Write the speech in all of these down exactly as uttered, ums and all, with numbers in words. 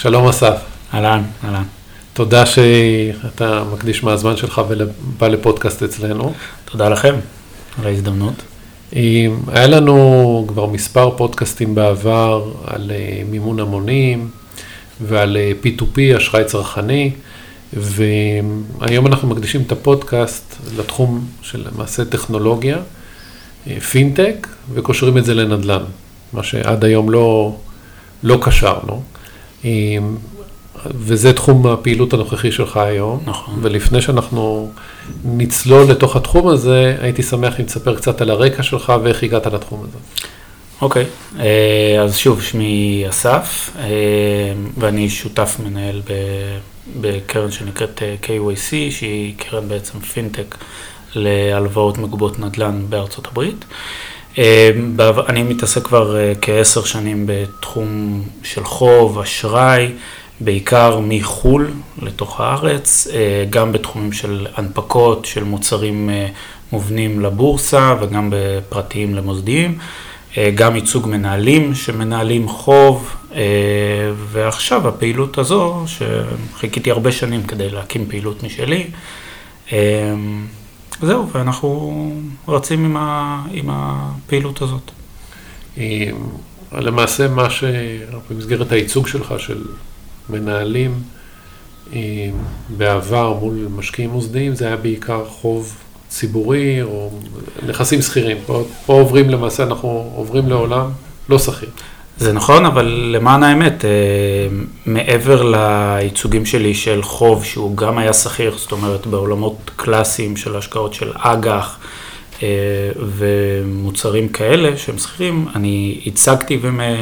שלום אסף. אהלן, אהלן. תודה שאתה מקדיש מהזמן שלך ובא לפודקאסט אצלנו. תודה לכם על ההזדמנות. היה לנו כבר מספר פודקאסטים בעבר על מימון המונים ועל פי טו פי, אשראי צרכני, והיום אנחנו מקדישים את הפודקאסט לתחום של למעשה טכנולוגיה, פינטק, וקושרים את זה לנדל"ן, מה שעד היום לא, לא קשרנו. וזה תחום הפעילות הנוכחי שלך היום. נכון. ולפני שאנחנו נצלול לתוך התחום הזה, הייתי שמח אם תספר קצת על הרקע שלך ואיך הגעת לתחום הזה. אוקיי, אז שוב, שמי אסף, ואני שותף מנהל בקרן שנקראת קיי וואי סי, שהיא קרן בעצם פינטק להלוואות מגובות נדל"ן בארצות הברית. אני מתעסק כבר כעשר שנים בתחום של חוב, אשראי, בעיקר מחול לתוך הארץ, גם בתחומים של הנפקות, של מוצרים מובנים לבורסה וגם בפרטיים למוסדיים, גם ייצוג מנהלים שמנהלים חוב, ועכשיו הפעילות הזו, שחיכיתי הרבה שנים כדי להקים פעילות משלי, זהו, ואנחנו רצים עם, ה, עם הפעילות הזאת. למעשה מה שבמסגרת הייצוג שלך של מנהלים בעבר מול משקיעים מוסדיים, זה היה בעיקר חוב ציבורי או נכסים סחירים. פה, פה עוברים למעשה, אנחנו עוברים לעולם לא סחיר. זה נכון, אבל למען האמת, מעבר לייצוגים שלי של חוב, שהוא גם היה סחיר, זאת אומרת, בעולמות קלאסיים של השקעות של אג"ח ומוצרים כאלה שהם סחירים, אני הצגתי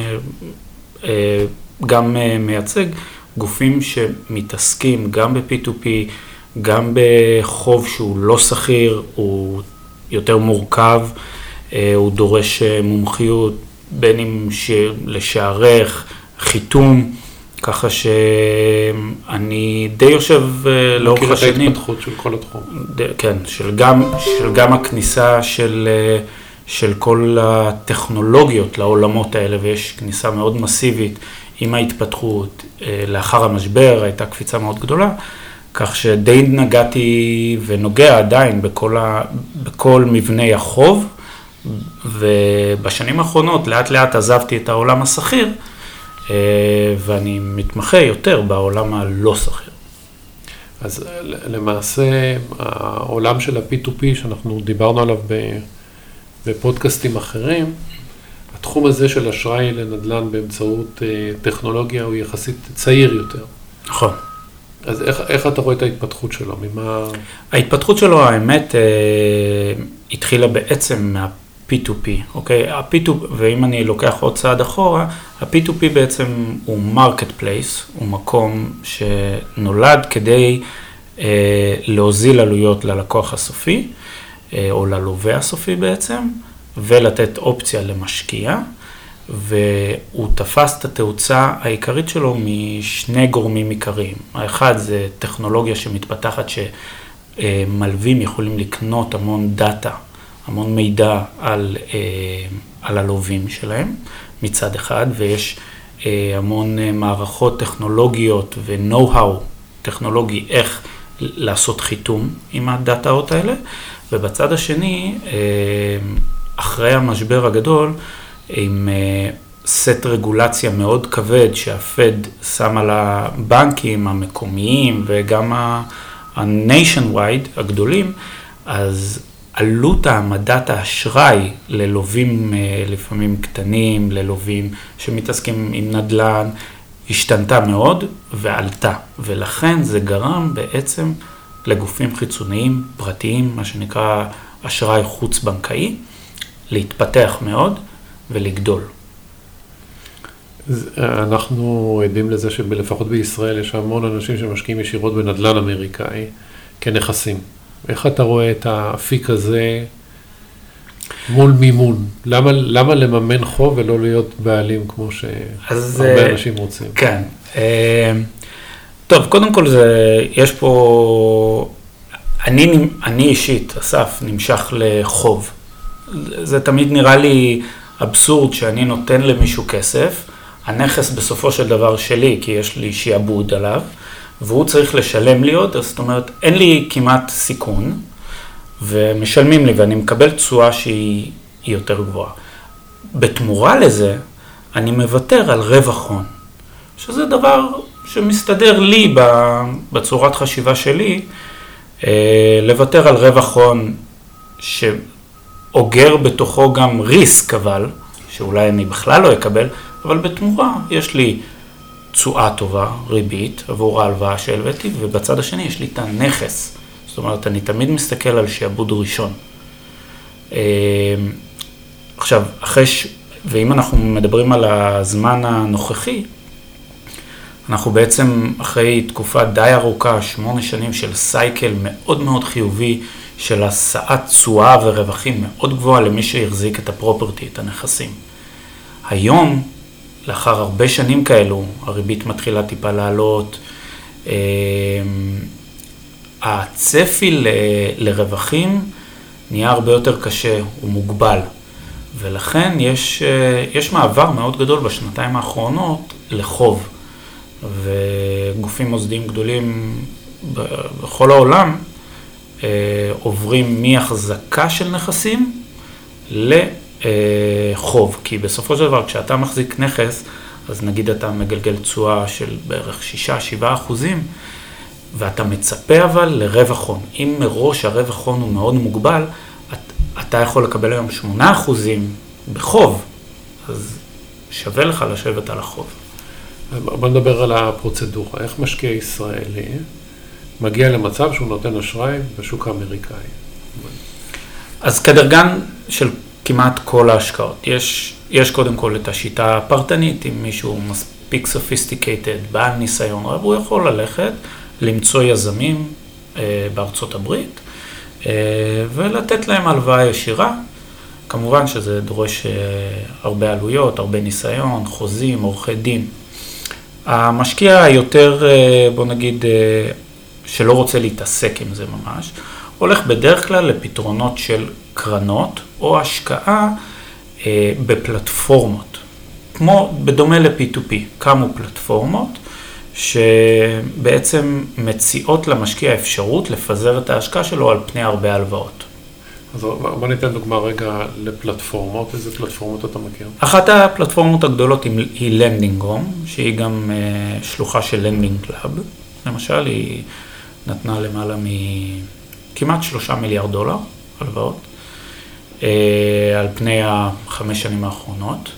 וגם מייצג גופים שמתעסקים גם ב-פי טו פי, גם בחוב שהוא לא סחיר, הוא יותר מורכב, הוא דורש מומחיות, בין אם לשערך, חיתום, ככה שאני די יושב לאורך השנים. מכיר את ההתפתחות של כל התחום. כן, של גם, של גם הכניסה של, של כל הטכנולוגיות לעולמות האלה, ויש כניסה מאוד מסיבית עם ההתפתחות. לאחר המשבר הייתה קפיצה מאוד גדולה, כך שדי נגעתי ונוגע עדיין בכל, ה, בכל מבני החוב, ובשנים האחרונות לאט לאט עזבתי את העולם הסחיר, ואני מתמחה יותר בעולם הלא סחיר. אז למעשה העולם של ה-פי טו פי שאנחנו דיברנו עליו בפודקאסטים אחרים, התחום הזה של אשראי לנדל"ן באמצעות טכנולוגיה הוא יחסית צעיר יותר. נכון. אז איך, איך אתה רואה את ההתפתחות שלו? ממה... ההתפתחות שלו, האמת, התחילה בעצם מה-פי טו פי, אוקיי? ה-פי טו פי, ואם אני לוקח עוד צעד אחורה, ה-פי טו פי בעצם הוא מרקט פלייס, הוא מקום שנולד כדי אה, להוזיל עלויות ללקוח הסופי, אה, או ללווה הסופי בעצם, ולתת אופציה למשקיע, והוא תפס את התאוצה העיקרית שלו משני גורמים עיקריים. האחד זה טכנולוגיה שמתפתחת שמלווים יכולים לקנות המון דאטה, המון מידע על, על הלווים שלהם מצד אחד, ויש המון מערכות טכנולוגיות ו-know-how טכנולוגי איך לעשות חיתום עם הדאטאות האלה, ובצד השני, אחרי המשבר הגדול, עם סט רגולציה מאוד כבד שהפד שם על הבנקים המקומיים וגם ה-nationwide הגדולים, אז עלות העמדת האשראי ללווים לפעמים קטנים, ללווים שמתעסקים עם נדל"ן, השתנתה מאוד ועלתה, ולכן זה גרם בעצם לגופים חיצוניים פרטיים, מה שנקרא אשראי חוץ בנקאי, להתפתח מאוד ולגדול. אנחנו עדים לזה שלפחות בישראל יש המון אנשים שמשקיעים ישירות בנדל"ן אמריקאי כנכסים. איך אתה רואה את האפיק הזה מול מימון? למה, למה לממן חוב ולא להיות בעלים כמו שהרבה אנשים רוצים? כן. טוב, קודם כל זה, יש פה, אני, אני אישית, אסף, נמשך לחוב. זה תמיד נראה לי אבסורד שאני נותן למישהו כסף, הנכס בסופו של דבר שלי, כי יש לי שיעבוד עליו, והוא צריך לשלם לי עוד, זאת אומרת, אין לי כמעט סיכון, ומשלמים לי, ואני מקבל תשואה שהיא יותר גבוהה. בתמורה לזה, אני מוותר על רווח הון, שזה דבר שמסתדר לי בצורת חשיבה שלי, לוותר על רווח הון שאוגר בתוכו גם ריסק, אבל, שאולי אני בכלל לא אקבל, אבל בתמורה יש לי תשואה טובה, ריבית, עבור ההלוואה שהלוויתי, ובצד השני יש לי את הנכס. זאת אומרת, אני תמיד מסתכל על שיעבוד ראשון. עכשיו, אחרי ש... ואם אנחנו מדברים על הזמן הנוכחי, אנחנו בעצם אחרי תקופה די ארוכה, שמונה שנים של סייקל מאוד מאוד חיובי, של השאת תשואה ורווחים מאוד גבוהה למי שהחזיק את הפרופרטי, את הנכסים. היום, לאחר הרבה שנים כאלו, הריבית מתחילה טיפה לעלות, הצפי ל... לרווחים נהיה הרבה יותר קשה, הוא מוגבל. ולכן יש, יש מעבר מאוד גדול בשנתיים האחרונות לחוב. וגופים מוסדיים גדולים בכל העולם עוברים מהחזקה של נכסים לחוב. כי בסופו של דבר, כשאתה מחזיק נכס, אז נגיד אתה מגלגל תשואה של בערך שישה שבעה אחוזים, ואתה מצפה אבל לרווח הון. אם מראש הרווח הון הוא מאוד מוגבל, אתה יכול לקבל היום שמונה אחוזים בחוב, אז שווה לך לשבת על החוב. בוא נדבר על הפרוצדורה. איך משקיע ישראלי מגיע למצב שהוא נותן אשראי בשוק האמריקאי? אז כדרגן של כמעט כל ההשקעות, יש, יש קודם כל את השיטה הפרטנית, אם מישהו מספיק sophisticated, בעל ניסיון רב, הוא יכול ללכת, למצוא יזמים אה, בארצות הברית, אה, ולתת להם הלוואה ישירה. כמובן שזה דורש אה, הרבה עלויות, הרבה ניסיון, חוזים, עורכי דין. המשקיע היותר, בוא נגיד, שלא רוצה להתעסק עם זה ממש, הולך בדרך כלל לפתרונות של קרנות או השקעה בפלטפורמות. כמו, בדומה ל-פי טו פי, קמו פלטפורמות שבעצם מציעות למשקיע אפשרות לפזר את ההשקעה שלו על פני הרבה הלוואות. אז בוא ניתן דוגמה רגע לפלטפורמות, איזה פלטפורמות אתה מכיר? אחת הפלטפורמות הגדולות היא לנדינג-הום, שהיא גם שלוחה של לנדינג קלאב. למשל, היא נתנה למעלה מכמעט שלושה מיליארד דולר הלוואות, על פני החמש שנים האחרונות.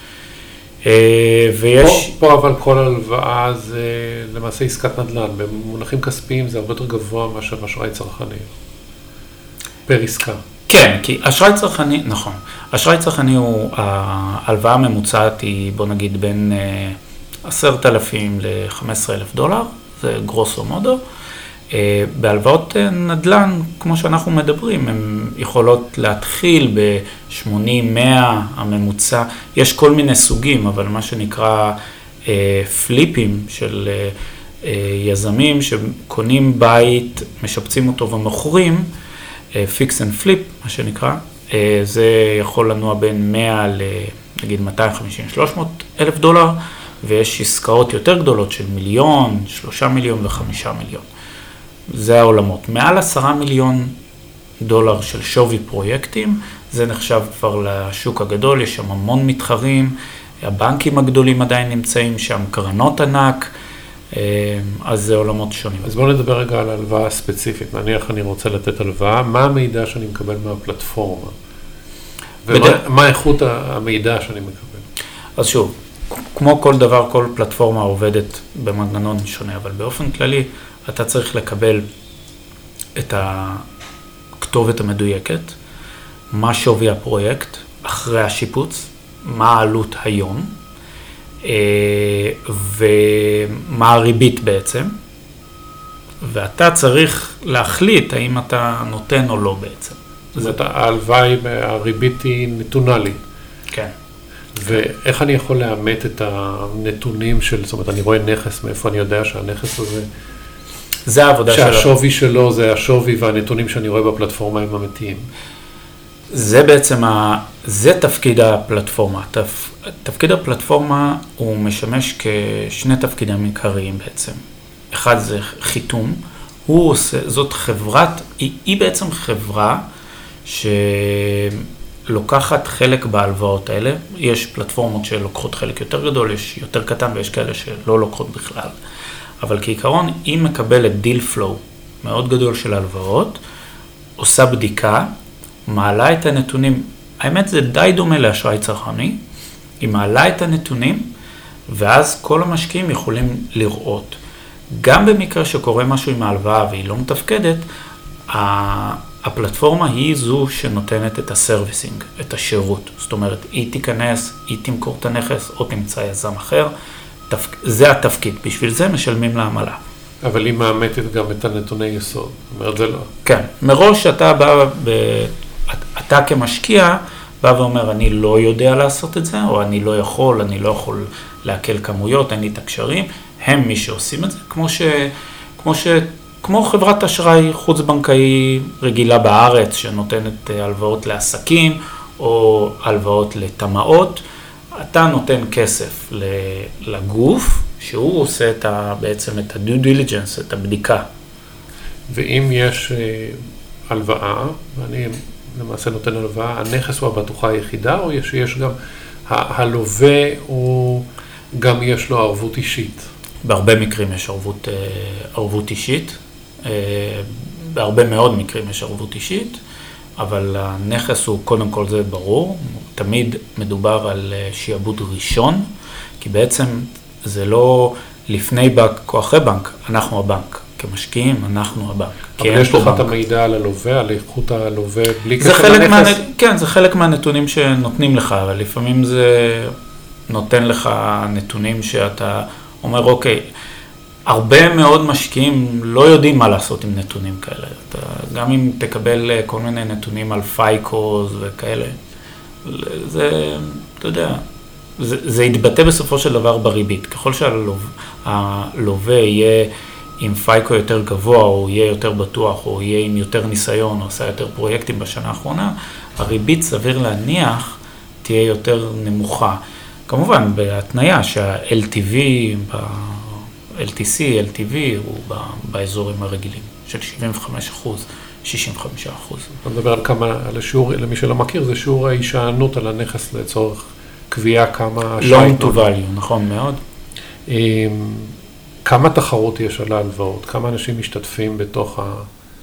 ויש... פה, פה אבל כל הלוואה זה למעשה עסקת נדל"ן, במונחים כספיים זה הרבה יותר גבוה מאשר אשראי צרכני. פר עסקה. כן, כי אשראי צרכני, נכון. אשראי צרכני הוא, ההלוואה הממוצעת היא, בוא נגיד, בין עשרת אלפים ל-חמישה עשר אלף דולר, זה גרוסו מודו. בהלוואות נדל"ן, כמו שאנחנו מדברים, הן יכולות להתחיל ב-שמונים מאה הממוצע. יש כל מיני סוגים, אבל מה שנקרא פליפים של יזמים שקונים בית, משפצים אותו ומוכרים, פיקס אנד פליפ, מה שנקרא, זה יכול לנוע בין מאה ל, נגיד, מאתיים וחמישים שלוש מאות אלף דולר, ויש עסקאות יותר גדולות של מיליון, שלושה מיליון וחמישה מיליון. זה העולמות. מעל עשרה מיליון דולר של שווי פרויקטים, זה נחשב כבר לשוק הגדול, יש שם המון מתחרים, הבנקים הגדולים עדיין נמצאים שם, קרנות ענק, אז זה עולמות שונים. אז בואו נדבר רגע על הלוואה ספציפית. נניח אני רוצה לתת הלוואה, מה המידע שאני מקבל מהפלטפורמה? ומה איכות המידע שאני מקבל? אז שוב, כמו כל דבר, כל פלטפורמה עובדת במנגנון שונה, אבל באופן כללי אתה צריך לקבל את הכתובת המדויקת, מה שווי הפרויקט אחרי השיפוץ, מה העלות היום, ומה הריבית בעצם, ואתה צריך להחליט האם אתה נותן או לא בעצם. זאת אומרת, ההלוואה, הריבית היא נתונה לי. כן. ואיך אני יכול לאמת את הנתונים של, זאת אומרת, אני רואה נכס, מאיפה אני יודע שהנכס הזה, זה העבודה שהשווי שלו זה השווי והנתונים שאני רואה בפלטפורמה הם אמיתיים. זה בעצם, ה... זה תפקיד הפלטפורמה. תפ... תפקיד הפלטפורמה הוא משמש כשני תפקידים עיקריים בעצם. אחד זה חיתום, הוא עושה, זאת חברת, היא, היא בעצם חברה שלוקחת חלק בהלוואות האלה. יש פלטפורמות שלוקחות חלק יותר גדול, יש יותר קטן ויש כאלה שלא לוקחות בכלל. אבל כעיקרון, היא מקבלת דיל פלואו מאוד גדול של הלוואות, עושה בדיקה, מעלה את הנתונים, האמת זה די דומה לאשראי צרכני, היא מעלה את הנתונים, ואז כל המשקיעים יכולים לראות. גם במקרה שקורה משהו עם ההלוואה והיא לא מתפקדת, הפלטפורמה היא זו שנותנת את הסרוויסינג, את השירות. זאת אומרת, היא תיכנס, היא תמכור את הנכס או תמצא יזם אחר, זה התפקיד, בשביל זה משלמים לעמלה. אבל היא מאמתת גם את הנתוני יסוד, זאת אומרת זה לא. כן, מראש אתה בא, ב... אתה כמשקיע, בא ואומר אני לא יודע לעשות את זה, או אני לא יכול, אני לא יכול להקל כמויות, אין לי את הקשרים, הם מי שעושים את זה, כמו ש... כמו ש... כמו חברת אשראי חוץ-בנקאי רגילה בארץ, שנותנת הלוואות לעסקים, או הלוואות לתמאות, אתה נותן כסף לגוף, שהוא עושה את ה, בעצם את ה-due diligence, את הבדיקה. ואם יש הלוואה, ואני למעשה נותן הלוואה, הנכס הוא הבטוחה היחידה, או שיש גם, הלווה הוא גם יש לו ערבות אישית? בהרבה מקרים יש ערבות, ערבות אישית, בהרבה מאוד מקרים יש ערבות אישית, אבל הנכס הוא קודם כל זה ברור, תמיד מדובר על שיעבוד ראשון, כי בעצם זה לא לפני בנק או אחרי בנק, אנחנו הבנק. כמשקיעים, אנחנו הבנק. אבל יש לך את המידע על הלווה, על איכות הלווה, בלי קשר לנכס? מה, כן, זה חלק מהנתונים שנותנים לך, אבל לפעמים זה נותן לך נתונים שאתה אומר, אוקיי, הרבה מאוד משקיעים לא יודעים מה לעשות עם נתונים כאלה. אתה, גם אם תקבל כל מיני נתונים על פייקוז וכאלה, זה, אתה יודע, זה, זה יתבטא בסופו של דבר בריבית. ככל שהלווה יהיה עם פייקו יותר גבוה, או יהיה יותר בטוח, או יהיה עם יותר ניסיון, או עושה יותר פרויקטים בשנה האחרונה, הריבית סביר להניח תהיה יותר נמוכה. כמובן, בהתניה שה-אל טי וי, ב-אל טי סי, אל טי וי, הוא באזורים הרגילים של שבעים וחמישה אחוז, שישים וחמישה אחוז. אתה מדבר על כמה, על השיעור, למי שלא מכיר, זה שיעור ההישענות על הנכס לצורך קביעה כמה loan to value, נכון מאוד. כמה תחרות יש על ההלוואות? כמה אנשים משתתפים בתוך ה...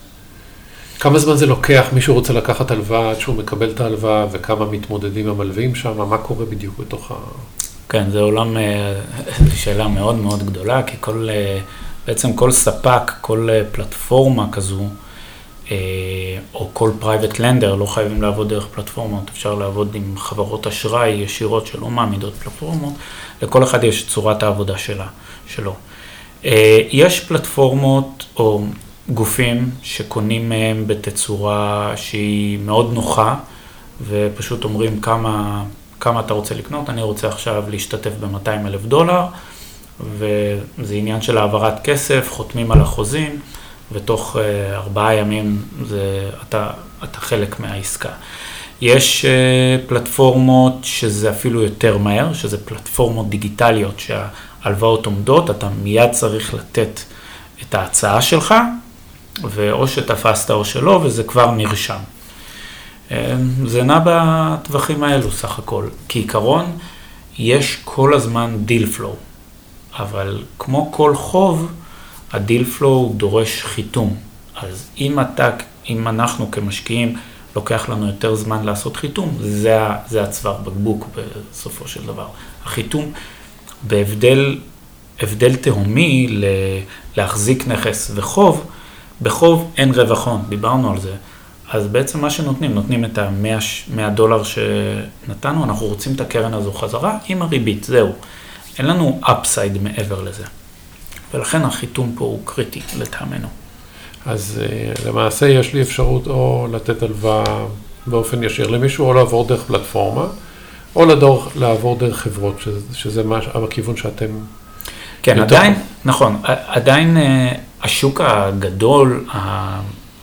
כמה זמן זה לוקח? מישהו רוצה לקחת הלוואה עד שהוא מקבל את ההלוואה, וכמה מתמודדים המלווים שם? מה קורה בדיוק בתוך ה... כן, זה עולם, זו שאלה מאוד מאוד גדולה, כי כל, בעצם כל ספק, כל פלטפורמה כזו, או כל private lender, לא חייבים לעבוד דרך פלטפורמות, אפשר לעבוד עם חברות אשראי ישירות שלא מעמידות פלטפורמות, לכל אחד יש צורת העבודה שלה, שלו. יש פלטפורמות או גופים שקונים מהם בתצורה שהיא מאוד נוחה, ופשוט אומרים כמה, כמה אתה רוצה לקנות, אני רוצה עכשיו להשתתף ב-מאתיים אלף דולר, וזה עניין של העברת כסף, חותמים על החוזים, ותוך uh, ארבעה ימים זה, אתה, אתה חלק מהעסקה. יש uh, פלטפורמות שזה אפילו יותר מהר, שזה פלטפורמות דיגיטליות שההלוואות עומדות, אתה מיד צריך לתת את ההצעה שלך, ואו שתפסת או שלא, וזה כבר נרשם. Uh, זה נע בטווחים האלו סך הכל. כעיקרון, יש כל הזמן דיל פלואו, אבל כמו כל חוב, הדיל פלואו דורש חיתום. אז אם אתה, אם אנחנו כמשקיעים, לוקח לנו יותר זמן לעשות חיתום, זה, זה הצוואר בקבוק בסופו של דבר. החיתום, בהבדל, הבדל תהומי ל, להחזיק נכס וחוב, בחוב אין רווחון, דיברנו על זה. אז בעצם מה שנותנים, נותנים את ה-מאה דולר שנתנו, אנחנו רוצים את הקרן הזו חזרה עם הריבית, זהו. אין לנו אפסייד מעבר לזה. ולכן החיתום פה הוא קריטי לטעמנו. אז למעשה יש לי אפשרות או לתת הלוואה באופן ישיר למישהו, או לעבור דרך פלטפורמה, או לדור, לעבור דרך חברות, שזה, שזה מה, הכיוון שאתם... כן, עדיין, נכון, עדיין השוק הגדול,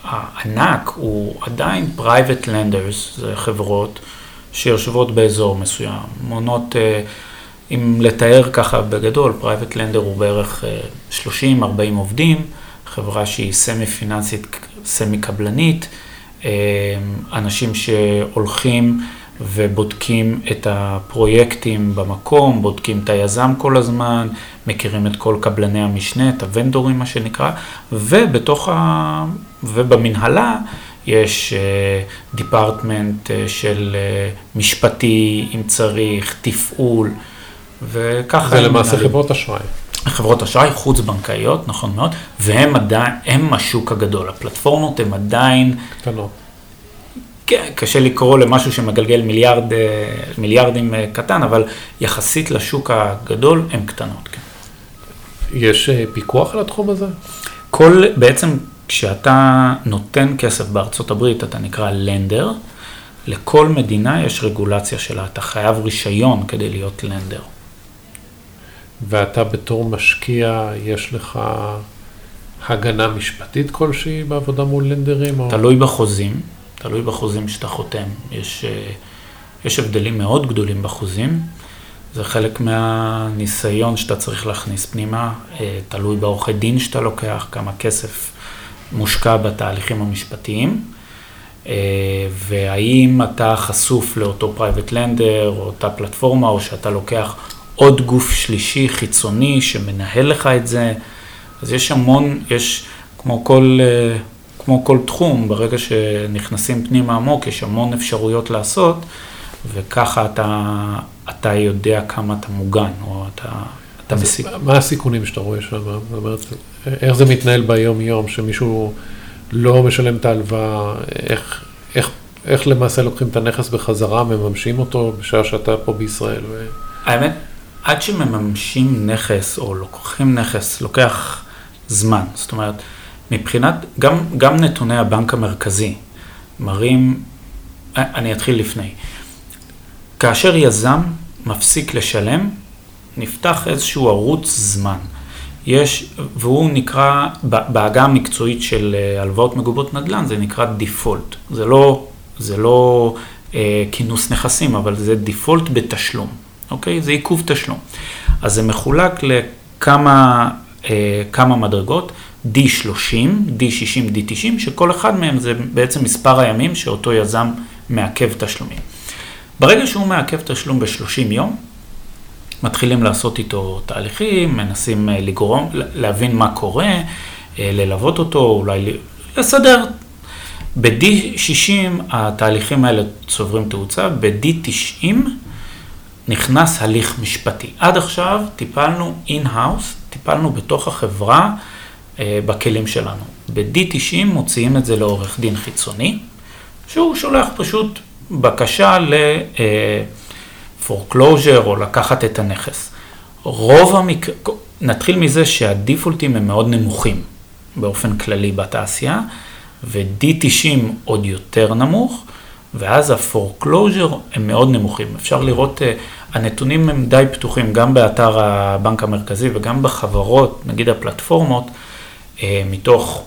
הענק הוא עדיין private lenders, זה חברות שיושבות באזור מסוים, מונות, אם לתאר ככה בגדול, private lender הוא בערך שלושים ארבעים עובדים, חברה שהיא סמי פיננסית, סמי קבלנית, אנשים שהולכים ובודקים את הפרויקטים במקום, בודקים את היזם כל הזמן, מכירים את כל קבלני המשנה, את הוונדורים מה שנקרא, ובתוך ה... ובמנהלה יש דיפרטמנט של משפטי, אם צריך, תפעול, וככה... זה למעשה חברות אשראי. חברות אשראי חוץ בנקאיות, נכון מאוד, והם עדיין, הם השוק הגדול, הפלטפורמות הן עדיין... קטנות. כן, קשה לקרוא למשהו שמגלגל מיליארד, מיליארדים קטן, אבל יחסית לשוק הגדול הן קטנות, כן. יש פיקוח על התחום הזה? כל, בעצם כשאתה נותן כסף בארצות הברית, אתה נקרא לנדר, לכל מדינה יש רגולציה שלה, אתה חייב רישיון כדי להיות לנדר. ואתה בתור משקיע, יש לך הגנה משפטית כלשהי בעבודה מול לנדרים? או... תלוי בחוזים, תלוי בחוזים שאתה חותם. יש, יש הבדלים מאוד גדולים בחוזים, זה חלק מהניסיון שאתה צריך להכניס פנימה, תלוי בעורכי דין שאתה לוקח, כמה כסף מושקע בתהליכים המשפטיים, והאם אתה חשוף לאותו פרייבט לנדר, או אותה פלטפורמה, או שאתה לוקח עוד גוף שלישי חיצוני שמנהל לך את זה. אז יש המון, יש כמו כל, כמו כל תחום, ברגע שנכנסים פנימה עמוק, יש המון אפשרויות לעשות, וככה אתה, אתה יודע כמה אתה מוגן, או אתה, אתה מסיק. מה הסיכונים שאתה רואה שם? זאת אומרת, איך זה מתנהל ביום יום, שמישהו לא משלם את ההלוואה, איך, איך, איך למעשה לוקחים את הנכס בחזרה, מממשים אותו בשעה שאתה פה בישראל? ו... האמת, עד שמממשים נכס או לוקחים נכס, לוקח זמן. זאת אומרת, מבחינת, גם, גם נתוני הבנק המרכזי מראים, אני אתחיל לפני. כאשר יזם מפסיק לשלם, נפתח איזשהו ערוץ זמן. יש, והוא נקרא, בהגה המקצועית של הלוואות מגובות נדל"ן, זה נקרא דיפולט. זה לא, זה לא אה, כינוס נכסים, אבל זה דיפולט בתשלום. אוקיי? זה עיכוב תשלום. אז זה מחולק לכמה אה, כמה מדרגות, די שלושים, די שישים, די תשעים, שכל אחד מהם זה בעצם מספר הימים שאותו יזם מעכב תשלומים. ברגע שהוא מעכב תשלום ב-שלושים יום, מתחילים לעשות איתו תהליכים, מנסים לגרום, להבין מה קורה, ללוות אותו, אולי לסדר. ב-די שישים התהליכים האלה צוברים תאוצה, ב-די תשעים נכנס הליך משפטי. עד עכשיו טיפלנו אין-האוס, טיפלנו בתוך החברה בכלים שלנו. ב-די תשעים מוציאים את זה לעורך דין חיצוני, שהוא שולח פשוט בקשה ל-foreclosure או לקחת את הנכס. רוב המקרה, נתחיל מזה שהדיפולטים הם מאוד נמוכים באופן כללי בתעשייה, ו-די תשעים עוד יותר נמוך, ואז ה-foreclosure הם מאוד נמוכים. אפשר לראות, הנתונים הם די פתוחים גם באתר הבנק המרכזי וגם בחברות, נגיד הפלטפורמות, מתוך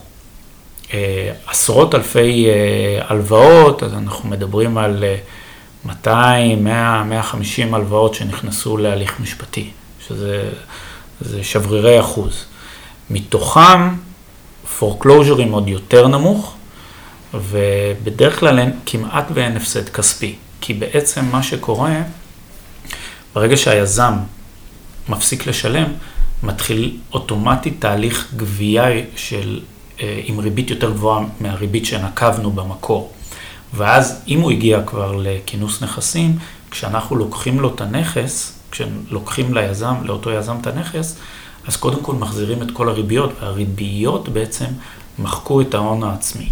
עשרות אלפי הלוואות, אז אנחנו מדברים על מאתיים, מאה, מאה וחמישים הלוואות שנכנסו להליך משפטי, שזה זה שברירי אחוז. מתוכם foreclosure עוד יותר נמוך, ובדרך כלל אין, כמעט ואין הפסד כספי, כי בעצם מה שקורה, ברגע שהיזם מפסיק לשלם, מתחיל אוטומטית תהליך גבייה של, עם ריבית יותר גבוהה מהריבית שנקבנו במקור. ואז אם הוא הגיע כבר לכינוס נכסים, כשאנחנו לוקחים לו את הנכס, כשלוקחים ליזם, לאותו יזם את הנכס, אז קודם כל מחזירים את כל הריביות, והריביות בעצם מחקו את ההון העצמי.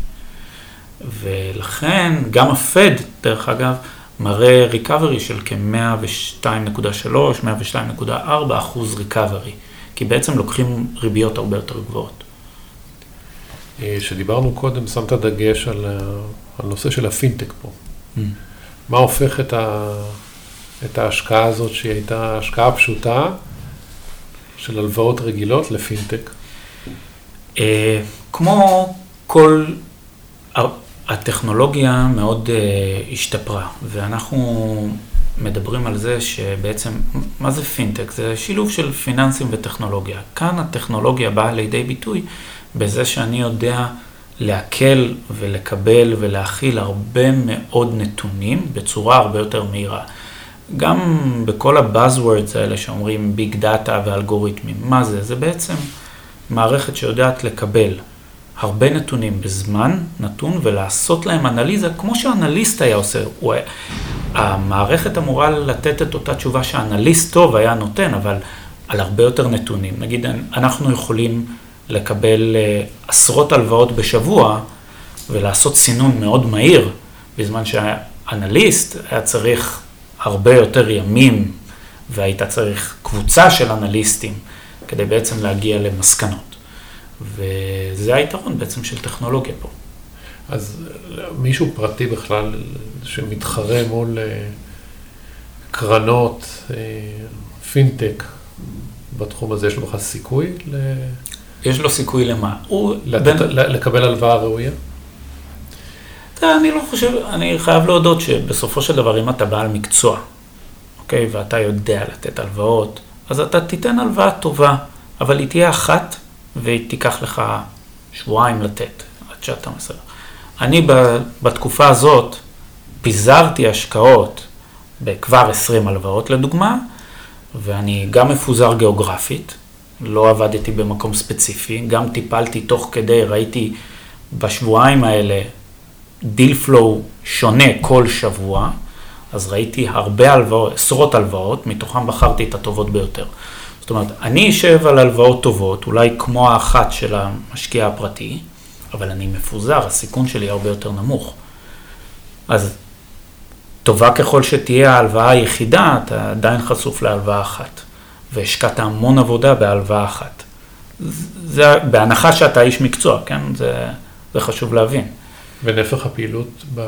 ולכן גם הפד, דרך אגב, מראה ריקאברי של כ-מאה ושתיים נקודה שלוש, מאה ושתיים נקודה ארבע אחוז ריקאברי, כי בעצם לוקחים ריביות הרבה יותר גבוהות. שדיברנו קודם, שמת דגש על הנושא של הפינטק פה. Mm. מה הופך את, ה, את ההשקעה הזאת, שהיא הייתה השקעה פשוטה, של הלוואות רגילות לפינטק? כמו כל הטכנולוגיה מאוד uh, השתפרה, ואנחנו מדברים על זה שבעצם, מה זה פינטק? זה שילוב של פיננסים וטכנולוגיה. כאן הטכנולוגיה באה לידי ביטוי בזה שאני יודע להקל ולקבל ולהכיל הרבה מאוד נתונים בצורה הרבה יותר מהירה. גם בכל הבאזוורדס האלה שאומרים ביג דאטה ואלגוריתמים, מה זה? זה בעצם מערכת שיודעת לקבל הרבה נתונים בזמן נתון ולעשות להם אנליזה כמו שאנליסט היה עושה. הוא, המערכת אמורה לתת את אותה תשובה שאנליסט טוב היה נותן, אבל על הרבה יותר נתונים. נגיד, אנחנו יכולים לקבל עשרות הלוואות בשבוע ולעשות סינון מאוד מהיר, בזמן שהאנליסט היה צריך הרבה יותר ימים, והיית צריך קבוצה של אנליסטים כדי בעצם להגיע למסקנות. וזה היתרון בעצם של טכנולוגיה פה. אז מישהו פרטי בכלל שמתחרה מול קרנות, פינטק, בתחום הזה יש לו בכלל סיכוי? יש לו סיכוי למה? לקבל הלוואה ראויה? אני לא חושב, אני חייב להודות שבסופו של דבר, אם אתה בעל מקצוע, אוקיי, ואתה יודע לתת הלוואות, אז אתה תיתן הלוואה טובה, אבל היא תהיה אחת, והיא תיקח לך שבועיים לתת, עד שאתה מסדר. אני בתקופה הזאת פיזרתי השקעות בכבר עשרים הלוואות לדוגמה, ואני גם מפוזר גיאוגרפית, לא עבדתי במקום ספציפי, גם טיפלתי תוך כדי, ראיתי בשבועיים האלה דיל פלואו שונה כל שבוע, אז ראיתי הרבה הלוואות, עשרות הלוואות, מתוכם בחרתי את הטובות ביותר. זאת אומרת, אני אשב על הלוואות טובות, אולי כמו האחת של המשקיע הפרטי, אבל אני מפוזר, הסיכון שלי הרבה יותר נמוך. אז טובה ככל שתהיה ההלוואה היחידה, אתה עדיין חשוף להלוואה אחת, והשקעת המון עבודה בהלוואה אחת. זה בהנחה שאתה איש מקצוע, כן? זה, זה חשוב להבין. ונפח הפעילות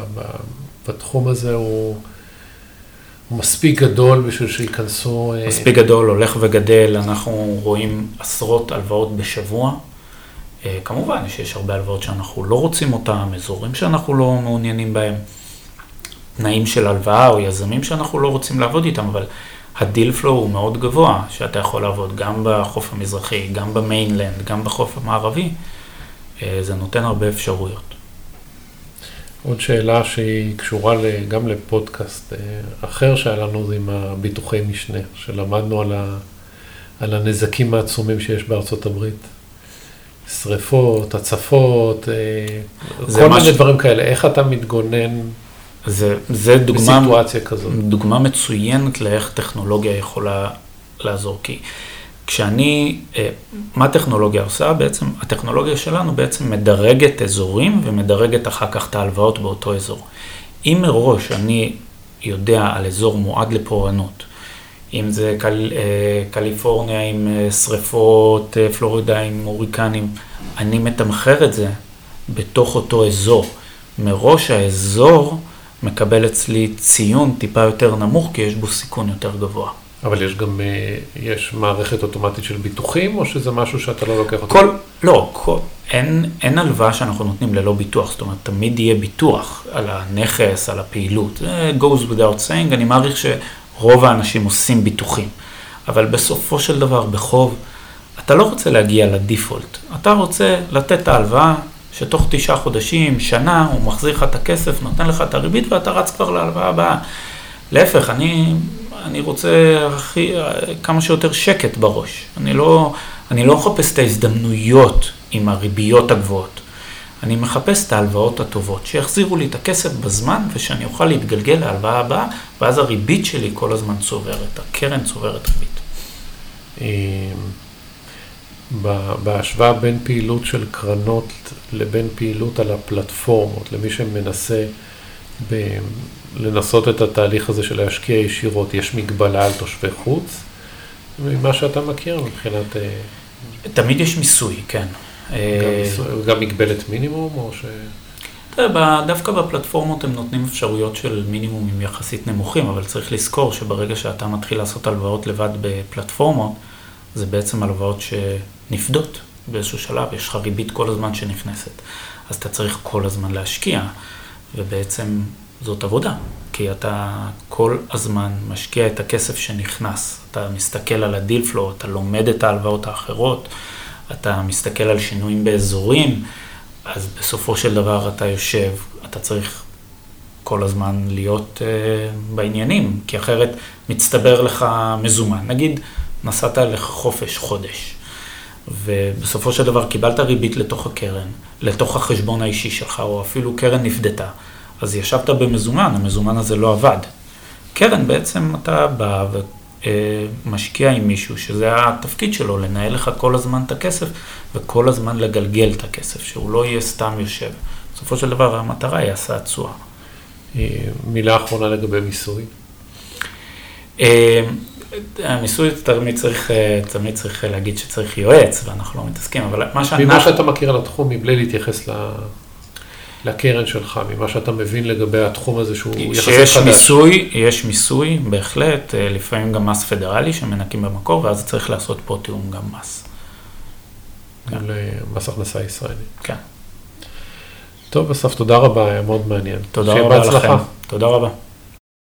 בתחום הזה הוא... הוא מספיק גדול בשביל שיכנסו... מספיק גדול, הולך וגדל, אנחנו רואים עשרות הלוואות בשבוע. כמובן שיש הרבה הלוואות שאנחנו לא רוצים אותם, אזורים שאנחנו לא מעוניינים בהם, תנאים של הלוואה או יזמים שאנחנו לא רוצים לעבוד איתם, אבל הדיל פלואו הוא מאוד גבוה, שאתה יכול לעבוד גם בחוף המזרחי, גם במיינלנד, גם בחוף המערבי. זה נותן הרבה אפשרויות. עוד שאלה שהיא קשורה גם לפודקאסט אחר שהיה לנו, זה עם הביטוחי משנה, שלמדנו על, ה, על הנזקים העצומים שיש בארצות הברית. שריפות, הצפות, כל מיני ש... דברים כאלה. איך אתה מתגונן זה, זה דוגמה, בסיטואציה כזאת? דוגמה מצוינת לאיך טכנולוגיה יכולה לעזור. כי כשאני, מה הטכנולוגיה עושה? בעצם, הטכנולוגיה שלנו בעצם מדרגת אזורים ומדרגת אחר כך את ההלוואות באותו אזור. אם מראש אני יודע על אזור מועד לפורענות, אם זה קל, קליפורניה עם שריפות, פלורידה עם הוריקנים, אני מתמחר את זה בתוך אותו אזור. מראש האזור מקבל אצלי ציון טיפה יותר נמוך, כי יש בו סיכון יותר גבוה. אבל יש גם, יש מערכת אוטומטית של ביטוחים, או שזה משהו שאתה לא לוקח אותו? כל, לא, כל, אין, אין הלוואה שאנחנו נותנים ללא ביטוח, זאת אומרת, תמיד יהיה ביטוח על הנכס, על הפעילות. זה goes without saying, אני מעריך שרוב האנשים עושים ביטוחים. אבל בסופו של דבר, בחוב, אתה לא רוצה להגיע לדיפולט. אתה רוצה לתת את ההלוואה, שתוך תשעה חודשים, שנה, הוא מחזיר לך את הכסף, נותן לך את הריבית, ואתה רץ כבר להלוואה הבאה. להפך, אני... אני רוצה הכי, כמה שיותר שקט בראש. אני לא, אני לא מחפש את ההזדמנויות עם הריביות הגבוהות. אני מחפש את ההלוואות הטובות, שיחזירו לי את הכסף בזמן, ושאני אוכל להתגלגל להלוואה הבאה, ואז הריבית שלי כל הזמן צוברת, הקרן צוברת ריבית. בהשוואה בין פעילות של קרנות לבין פעילות על הפלטפורמות, למי שמנסה ב... לנסות את התהליך הזה של להשקיע ישירות, יש מגבלה על תושבי חוץ? ממה שאתה מכיר מבחינת... תמיד יש מיסוי, כן. גם, מיסוי, גם מגבלת מינימום או ש... דווקא בפלטפורמות הם נותנים אפשרויות של מינימומים יחסית נמוכים, אבל צריך לזכור שברגע שאתה מתחיל לעשות הלוואות לבד בפלטפורמות, זה בעצם הלוואות שנפדות. באיזשהו שלב, יש לך ריבית כל הזמן שנכנסת. אז אתה צריך כל הזמן להשקיע, ובעצם זאת עבודה, כי אתה כל הזמן משקיע את הכסף שנכנס. אתה מסתכל על הדיל פלו, אתה לומד את ההלוואות האחרות, אתה מסתכל על שינויים באזורים, אז בסופו של דבר אתה יושב, אתה צריך כל הזמן להיות uh, בעניינים, כי אחרת מצטבר לך מזומן. נגיד, נסעת לחופש חודש, ובסופו של דבר קיבלת ריבית לתוך הקרן, לתוך החשבון האישי שלך, או אפילו קרן נפדתה. אז ישבת במזומן, המזומן הזה לא עבד. קרן בעצם אתה בא ומשקיע עם מישהו, שזה התפקיד שלו, לנהל לך כל הזמן את הכסף, וכל הזמן לגלגל את הכסף, שהוא לא יהיה סתם יושב. בסופו של דבר המטרה היא עשה תשואה. מילה אחרונה לגבי מיסוי. המיסוי תמיד צריך, תמיד צריך להגיד שצריך יועץ, ואנחנו לא מתעסקים, אבל מה שאנחנו... ממה שאתה מכיר על התחום, מבלי להתייחס לקרן שלך, ממה שאתה מבין לגבי התחום הזה שהוא יחסית חדש. שיש מיסוי, יש מיסוי, בהחלט, לפעמים גם מס פדרלי שמנקים במקור, ואז צריך לעשות פה תיאום גם מס. למס הכנסה ישראלי. כן. טוב, אסף, תודה רבה, היה מאוד מעניין. תודה רבה לכם. תודה רבה.